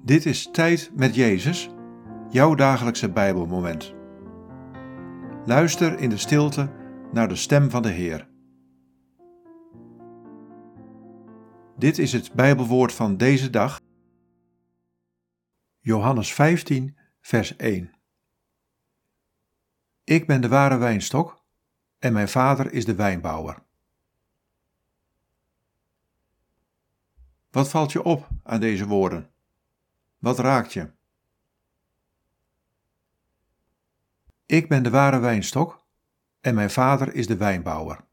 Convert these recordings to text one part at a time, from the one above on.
Dit is Tijd met Jezus, jouw dagelijkse Bijbelmoment. Luister in de stilte naar de stem van de Heer. Dit is het Bijbelwoord van deze dag, Johannes 15, vers 1. Ik ben de ware wijnstok en mijn Vader is de wijnbouwer. Wat valt je op aan deze woorden? Wat raakt je? Ik ben de ware wijnstok en mijn Vader is de wijnbouwer.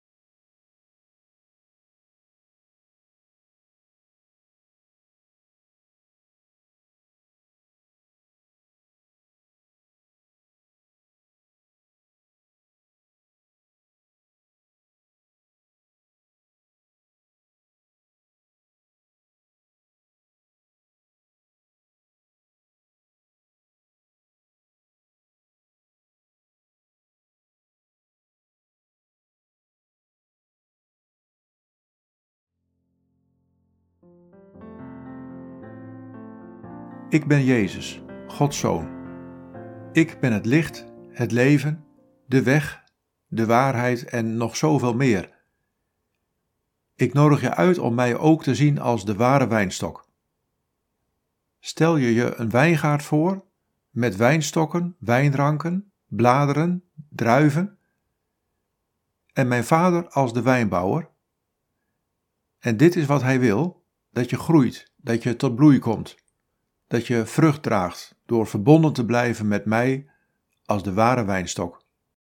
Ik ben Jezus, Gods Zoon. Ik ben het licht, het leven, de weg, de waarheid en nog zoveel meer. Ik nodig je uit om mij ook te zien als de ware wijnstok. Stel je een wijngaard voor met wijnstokken, wijnranken, bladeren, druiven en mijn Vader als de wijnbouwer. En dit is wat Hij wil, dat je groeit, dat je tot bloei komt. Dat je vrucht draagt door verbonden te blijven met mij als de ware wijnstok.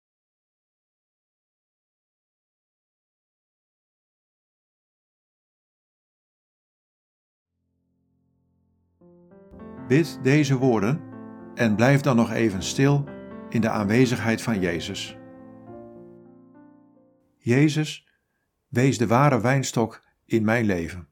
Bid deze woorden en blijf dan nog even stil in de aanwezigheid van Jezus. Jezus, wees de ware wijnstok in mijn leven.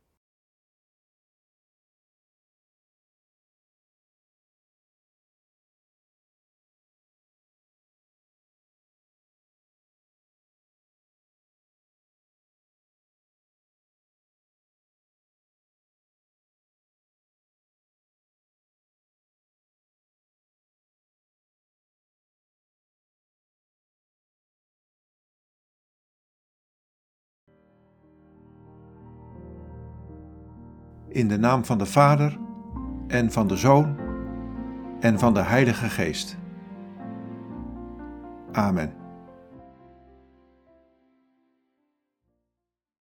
In de naam van de Vader en van de Zoon en van de Heilige Geest. Amen.